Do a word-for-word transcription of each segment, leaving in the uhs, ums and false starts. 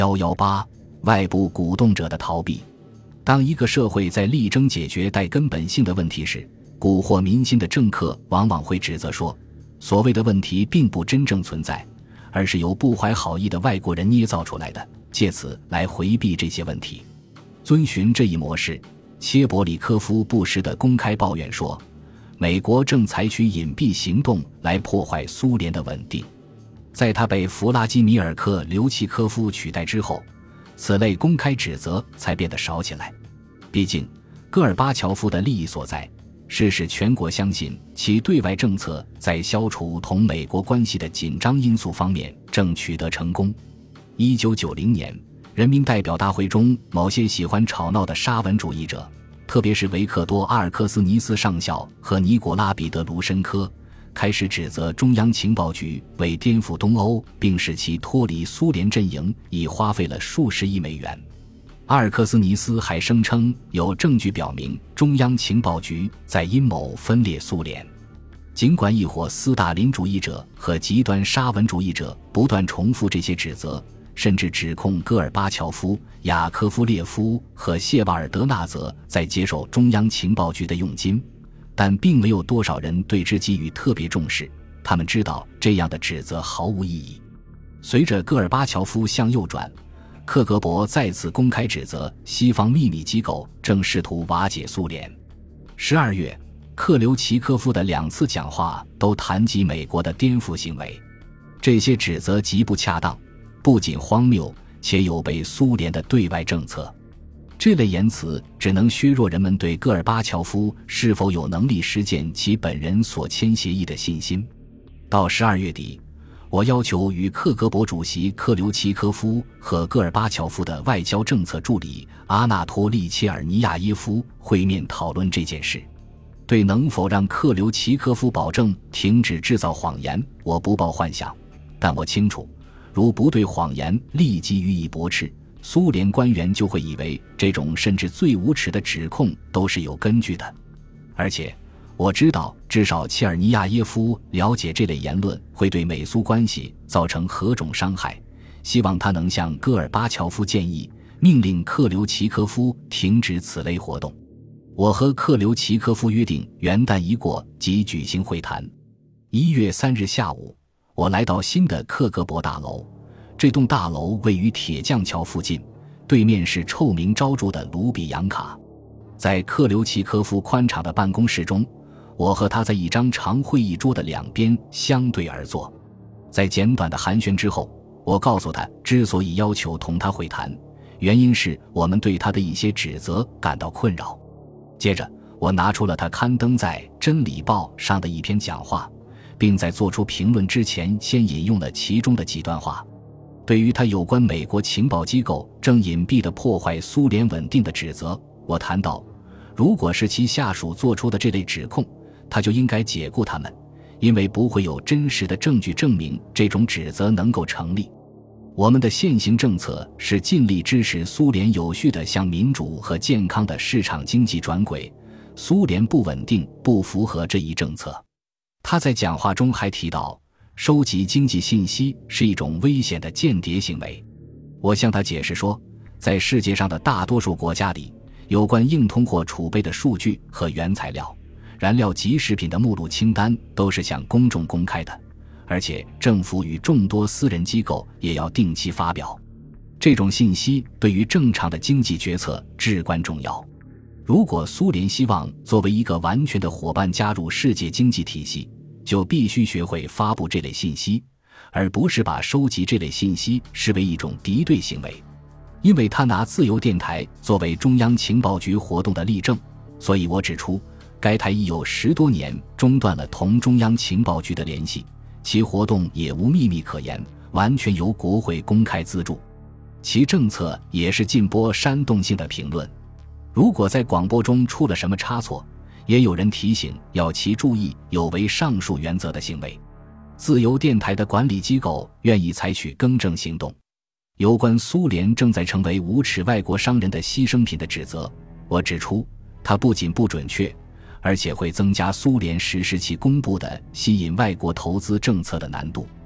一一八外部鼓动者的逃避。当一个社会在力争解决带根本性的问题时，蛊惑民心的政客往往会指责说，所谓的问题并不真正存在，而是由不怀好意的外国人捏造出来的，借此来回避这些问题。遵循这一模式，切伯里科夫不时地公开抱怨说，美国正采取隐蔽行动来破坏苏联的稳定。在他被弗拉基米尔·克留奇科夫取代之后，此类公开指责才变得少起来。毕竟戈尔巴乔夫的利益所在是使全国相信其对外政策在消除同美国关系的紧张因素方面正取得成功。一九九零年人民代表大会中，某些喜欢吵闹的沙文主义者，特别是维克多·阿尔克斯尼斯上校和尼古拉·彼得卢申科，开始指责中央情报局为颠覆东欧并使其脱离苏联阵营已花费了数十亿美元。阿尔克斯尼斯还声称有证据表明中央情报局在阴谋分裂苏联。尽管一伙斯大林主义者和极端沙文主义者不断重复这些指责，甚至指控戈尔巴乔夫、雅科夫列夫和谢瓦尔德纳泽在接受中央情报局的佣金，但并没有多少人对之给予特别重视。他们知道这样的指责毫无意义。随着戈尔巴乔夫向右转，克格勃再次公开指责西方秘密机构正试图瓦解苏联。十二月，克留奇科夫的两次讲话都谈及美国的颠覆行为，这些指责极不恰当，不仅荒谬，且有悖苏联的对外政策。这类言辞只能削弱人们对戈尔巴乔夫是否有能力实践其本人所签协议的信心。到十二月底，我要求与克格勃主席克留奇科夫和戈尔巴乔夫的外交政策助理阿纳托利·切尔尼亚耶夫会面讨论这件事。对能否让克留奇科夫保证停止制造谎言，我不抱幻想，但我清楚，如不对谎言立即予以驳斥，苏联官员就会以为这种甚至最无耻的指控都是有根据的。而且我知道至少切尔尼亚耶夫了解这类言论会对美苏关系造成何种伤害，希望他能向戈尔巴乔夫建议，命令克留奇科夫停止此类活动。我和克留奇科夫约定元旦一过即举行会谈。一月三日下午，我来到新的克格勃大楼，这栋大楼位于铁匠桥附近，对面是臭名昭著的卢比扬卡。在克留奇科夫宽敞的办公室中，我和他在一张长会议桌的两边相对而坐。在简短的寒暄之后，我告诉他之所以要求同他会谈，原因是我们对他的一些指责感到困扰。接着我拿出了他刊登在《真理报》上的一篇讲话，并在做出评论之前先引用了其中的几段话。对于他有关美国情报机构正隐蔽地破坏苏联稳定的指责，我谈到，如果是其下属做出的这类指控，他就应该解雇他们，因为不会有真实的证据证明这种指责能够成立。我们的现行政策是尽力支持苏联有序地向民主和健康的市场经济转轨，苏联不稳定不符合这一政策。他在讲话中还提到，收集经济信息是一种危险的间谍行为。我向他解释说，在世界上的大多数国家里，有关硬通货储备的数据和原材料、燃料及食品的目录清单都是向公众公开的，而且政府与众多私人机构也要定期发表。这种信息对于正常的经济决策至关重要。如果苏联希望作为一个完全的伙伴加入世界经济体系，就必须学会发布这类信息，而不是把收集这类信息视为一种敌对行为。因为他拿自由电台作为中央情报局活动的例证，所以我指出，该台已有十多年中断了同中央情报局的联系，其活动也无秘密可言，完全由国会公开资助。其政策也是禁播煽动性的评论。如果在广播中出了什么差错，也有人提醒要其注意有违上述原则的行为。自由电台的管理机构愿意采取更正行动。有关苏联正在成为无耻外国商人的牺牲品的指责，我指出，它不仅不准确，而且会增加苏联实施其公布的吸引外国投资政策的难度。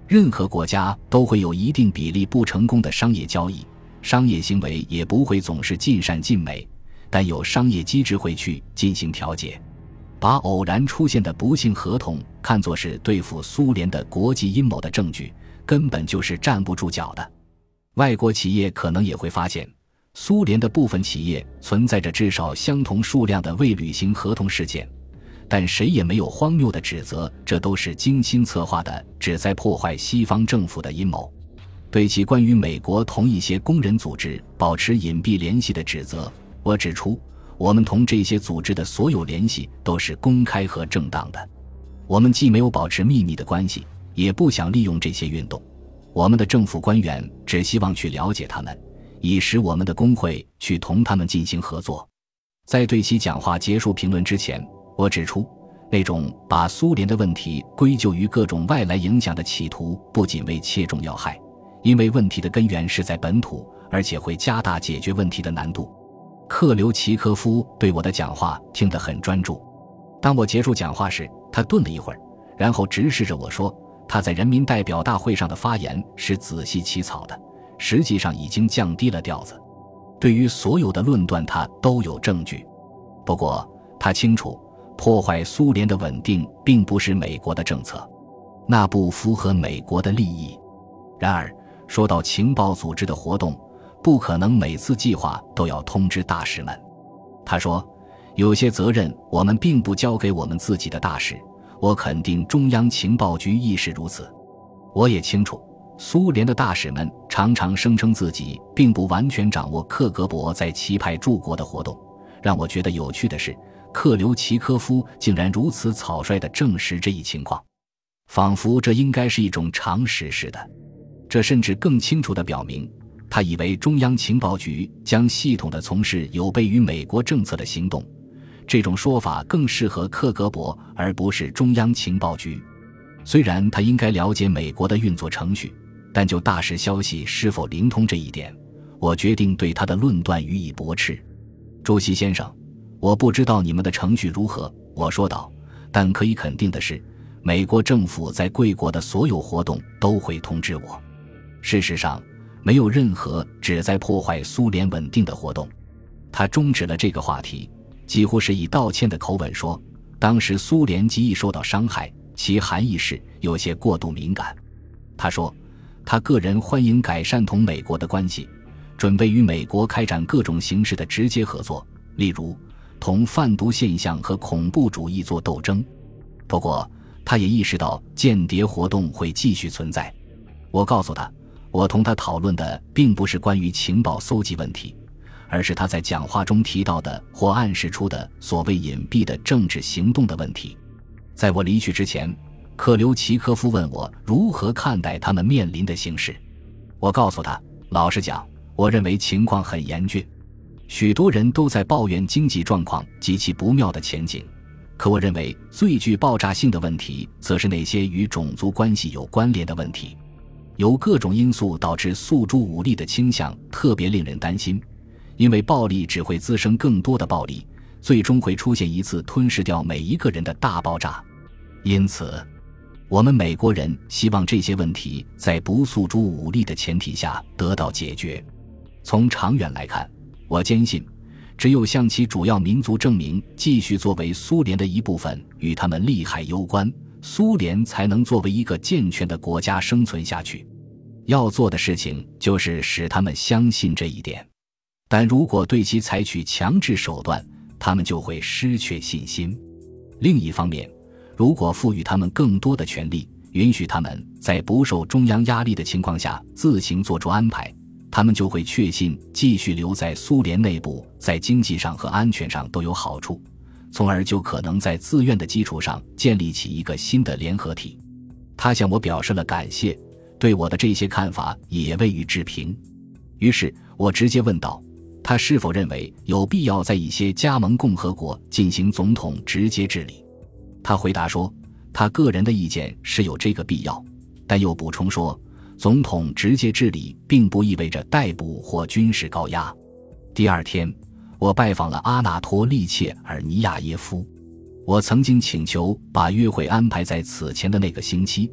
任何国家都会有一定比例不成功的商业交易，商业行为也不会总是尽善尽美，但有商业机制会去进行调节。把偶然出现的不幸合同看作是对付苏联的国际阴谋的证据，根本就是站不住脚的。外国企业可能也会发现，苏联的部分企业存在着至少相同数量的未履行合同事件，但谁也没有荒谬地指责这都是精心策划的旨在破坏西方政府的阴谋。对其关于美国同一些工人组织保持隐蔽联系的指责，我指出我们同这些组织的所有联系都是公开和正当的，我们既没有保持秘密的关系，也不想利用这些运动。我们的政府官员只希望去了解他们，以使我们的工会去同他们进行合作。在对其讲话结束评论之前，我指出那种把苏联的问题归咎于各种外来影响的企图不仅未切中要害，因为问题的根源是在本土，而且会加大解决问题的难度。克留奇科夫对我的讲话听得很专注。当我结束讲话时，他顿了一会儿，然后直视着我说，他在人民代表大会上的发言是仔细起草的，实际上已经降低了调子。对于所有的论断他都有证据。不过他清楚，破坏苏联的稳定并不是美国的政策，那不符合美国的利益。然而说到情报组织的活动，不可能每次计划都要通知大使们。他说，有些责任我们并不交给我们自己的大使，我肯定中央情报局亦是如此。我也清楚，苏联的大使们常常声称自己并不完全掌握克格勃在其派驻国的活动。让我觉得有趣的是，克留奇科夫竟然如此草率地证实这一情况，仿佛这应该是一种常识似的。这甚至更清楚地表明，他以为中央情报局将系统地从事有悖于美国政策的行动，这种说法更适合克格勃而不是中央情报局。虽然他应该了解美国的运作程序，但就大使消息是否灵通这一点，我决定对他的论断予以驳斥。主席先生，我不知道你们的程序如何，我说道，但可以肯定的是，美国政府在贵国的所有活动都会通知我。事实上，没有任何旨在破坏苏联稳定的活动。他终止了这个话题，几乎是以道歉的口吻说，当时苏联极易受到伤害，其含义是有些过度敏感。他说，他个人欢迎改善同美国的关系，准备与美国开展各种形式的直接合作，例如同贩毒现象和恐怖主义做斗争。不过他也意识到间谍活动会继续存在。我告诉他，我同他讨论的并不是关于情报搜集问题，而是他在讲话中提到的或暗示出的所谓隐蔽的政治行动的问题。在我离去之前，克留奇科夫问我如何看待他们面临的形势。我告诉他，老实讲，我认为情况很严峻，许多人都在抱怨经济状况及其不妙的前景，可我认为最具爆炸性的问题则是那些与种族关系有关联的问题。由各种因素导致诉诸武力的倾向特别令人担心，因为暴力只会滋生更多的暴力，最终会出现一次吞噬掉每一个人的大爆炸。因此我们美国人希望这些问题在不诉诸武力的前提下得到解决。从长远来看，我坚信只有向其主要民族证明继续作为苏联的一部分与他们利害攸关，苏联才能作为一个健全的国家生存下去。要做的事情就是使他们相信这一点，但如果对其采取强制手段，他们就会失去信心。另一方面，如果赋予他们更多的权利，允许他们在不受中央压力的情况下自行做出安排，他们就会确信继续留在苏联内部在经济上和安全上都有好处，从而就可能在自愿的基础上建立起一个新的联合体。他向我表示了感谢，对我的这些看法也未予置评。于是我直接问道，他是否认为有必要在一些加盟共和国进行总统直接治理。他回答说，他个人的意见是有这个必要，但又补充说，总统直接治理并不意味着逮捕或军事高压。第二天，我拜访了阿纳托利切尔尼亚耶夫。我曾经请求把约会安排在此前的那个星期，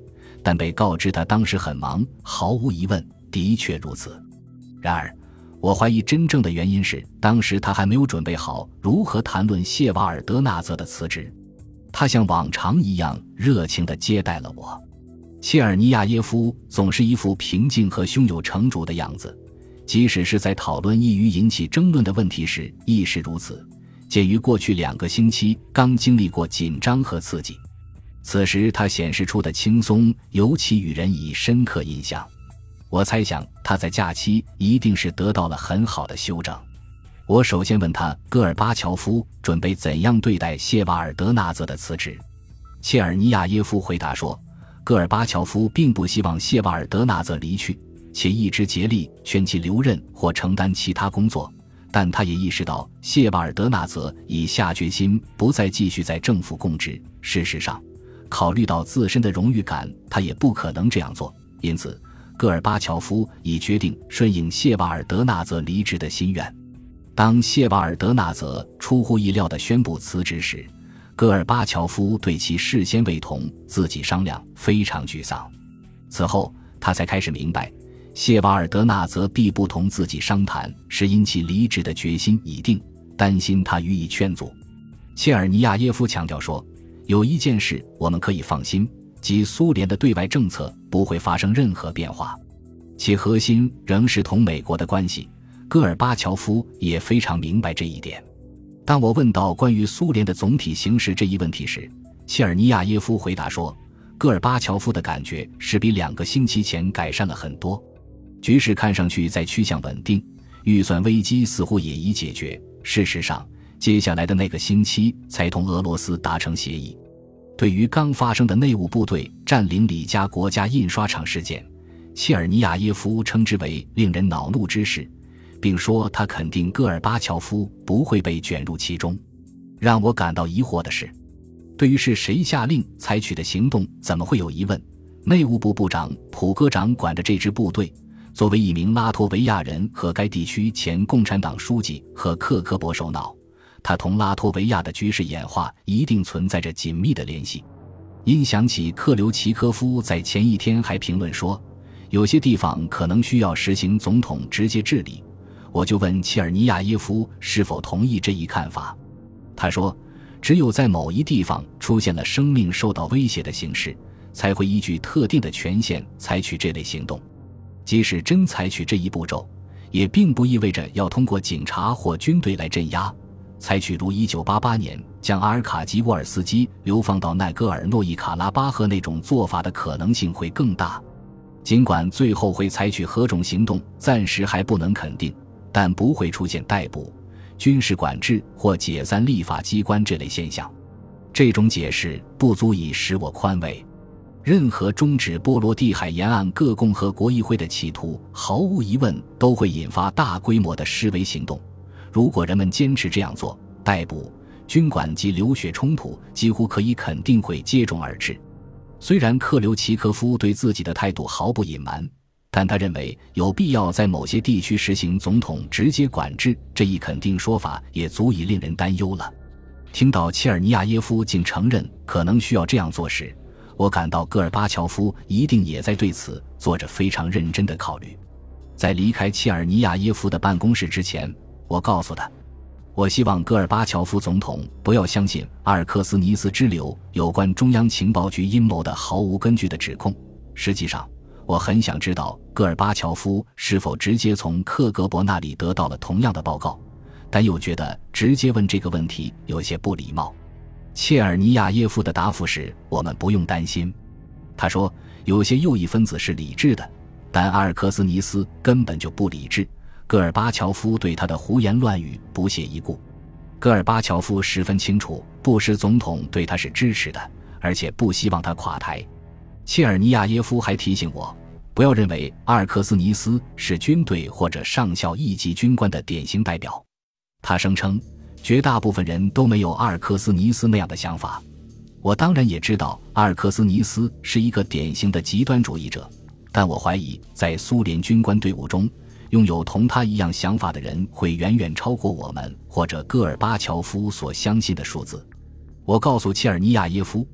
但被告知他当时很忙，毫无疑问，的确如此。然而，我怀疑真正的原因是，当时他还没有准备好如何谈论谢瓦尔德纳泽的辞职。他像往常一样热情地接待了我。切尔尼亚耶夫总是一副平静和胸有成竹的样子，即使是在讨论易于引起争论的问题时亦是如此。鉴于过去两个星期刚经历过紧张和刺激，此时他显示出的轻松尤其与人以深刻印象。我猜想他在假期一定是得到了很好的休整。我首先问他戈尔巴乔夫准备怎样对待谢瓦尔德纳泽的辞职。切尔尼亚耶夫回答说，戈尔巴乔夫并不希望谢瓦尔德纳泽离去，且一直竭力劝其留任或承担其他工作，但他也意识到谢瓦尔德纳泽已下决心不再继续在政府供职。事实上，考虑到自身的荣誉感，他也不可能这样做，因此戈尔巴乔夫已决定顺应谢瓦尔德纳泽离职的心愿。当谢瓦尔德纳泽出乎意料地宣布辞职时，戈尔巴乔夫对其事先未同自己商量非常沮丧。此后他才开始明白，谢瓦尔德纳泽必不同自己商谈，是因其离职的决心已定，担心他予以劝阻。切尔尼亚耶夫强调说，有一件事我们可以放心，即苏联的对外政策不会发生任何变化，其核心仍是同美国的关系。戈尔巴乔夫也非常明白这一点。当我问到关于苏联的总体形势这一问题时，切尔尼亚耶夫回答说，戈尔巴乔夫的感觉是比两个星期前改善了很多，局势看上去在趋向稳定，预算危机似乎也已解决。事实上，接下来的那个星期才同俄罗斯达成协议。对于刚发生的内务部队占领里加国家印刷厂事件，切尔尼亚耶夫称之为令人恼怒之事，并说他肯定戈尔巴乔夫不会被卷入其中。让我感到疑惑的是，对于是谁下令采取的行动怎么会有疑问。内务部部长普戈长管着这支部队，作为一名拉脱维亚人和该地区前共产党书记和克科伯首脑，他同拉脱维亚的局势演化一定存在着紧密的联系。因想起克留奇科夫在前一天还评论说，有些地方可能需要实行总统直接治理，我就问切尔尼亚耶夫是否同意这一看法。他说，只有在某一地方出现了生命受到威胁的形势，才会依据特定的权限采取这类行动。即使真采取这一步骤，也并不意味着要通过警察或军队来镇压。采取如一九八八年将阿尔卡吉沃尔斯基流放到奈戈尔诺伊卡拉巴赫那种做法的可能性会更大。尽管最后会采取何种行动暂时还不能肯定，但不会出现逮捕、军事管制或解散立法机关这类现象。这种解释不足以使我宽慰。任何终止波罗的海沿岸各共和国议会的企图，毫无疑问都会引发大规模的示威行动。如果人们坚持这样做，逮捕、军管及流血冲突几乎可以肯定会接踵而至。虽然克留奇科夫对自己的态度毫不隐瞒，但他认为有必要在某些地区实行总统直接管制这一肯定说法也足以令人担忧了。听到切尔尼亚耶夫竟承认可能需要这样做时，我感到戈尔巴乔夫一定也在对此做着非常认真的考虑。在离开切尔尼亚耶夫的办公室之前，我告诉他，我希望戈尔巴乔夫总统不要相信阿尔克斯尼斯支流有关中央情报局阴谋的毫无根据的指控。实际上，我很想知道戈尔巴乔夫是否直接从克格勃那里得到了同样的报告，但又觉得直接问这个问题有些不礼貌。切尔尼亚耶夫的答复是，我们不用担心。他说，有些右翼分子是理智的，但阿尔克斯尼斯根本就不理智。戈尔巴乔夫对他的胡言乱语不屑一顾。戈尔巴乔夫十分清楚，布什总统对他是支持的，而且不希望他垮台。切尔尼亚耶夫还提醒我，不要认为阿尔克斯尼斯是军队或者上校一级军官的典型代表。他声称，绝大部分人都没有阿尔克斯尼斯那样的想法。我当然也知道阿尔克斯尼斯是一个典型的极端主义者，但我怀疑在苏联军官队伍中，拥有同他一样想法的人会远远超过我们或者戈尔巴乔夫所相信的数字。我告诉切尔尼亚耶夫，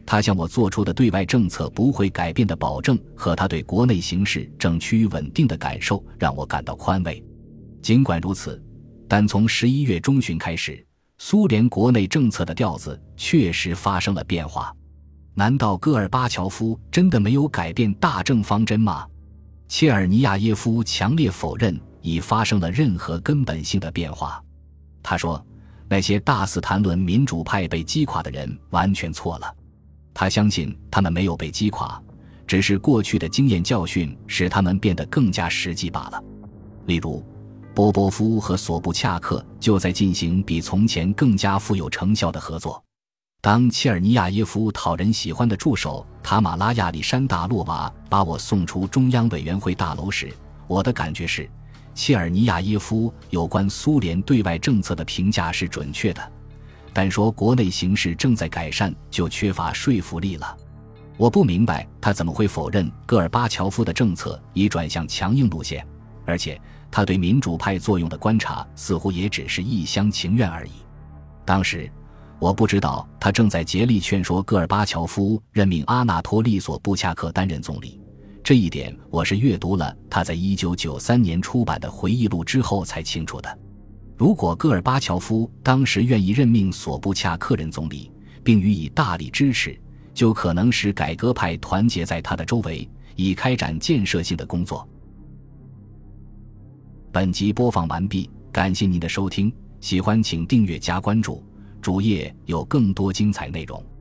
他向我做出的对外政策不会改变的保证和他对国内形势正趋于稳定的感受让我感到宽慰。尽管如此，但从十一月中旬开始，苏联国内政策的调子确实发生了变化。难道戈尔巴乔夫真的没有改变大政方针吗？切尔尼亚耶夫强烈否认已发生了任何根本性的变化。他说，那些大肆谈论民主派被击垮的人完全错了。他相信他们没有被击垮，只是过去的经验教训使他们变得更加实际罢了。例如，波波夫和索布恰克就在进行比从前更加富有成效的合作。当切尔尼亚耶夫讨人喜欢的助手塔马拉亚历山大洛娃把我送出中央委员会大楼时，我的感觉是，切尔尼亚耶夫有关苏联对外政策的评价是准确的，但说国内形势正在改善就缺乏说服力了。我不明白他怎么会否认戈尔巴乔夫的政策已转向强硬路线，而且他对民主派作用的观察似乎也只是一厢情愿而已。当时我不知道他正在竭力劝说戈尔巴乔夫任命阿纳托利·索布恰克担任总理，这一点我是阅读了他在一九九三年出版的回忆录之后才清楚的。如果戈尔巴乔夫当时愿意任命索布恰克任总理，并予以大力支持，就可能使改革派团结在他的周围，以开展建设性的工作。本集播放完毕，感谢您的收听，喜欢请订阅加关注，主页有更多精彩内容。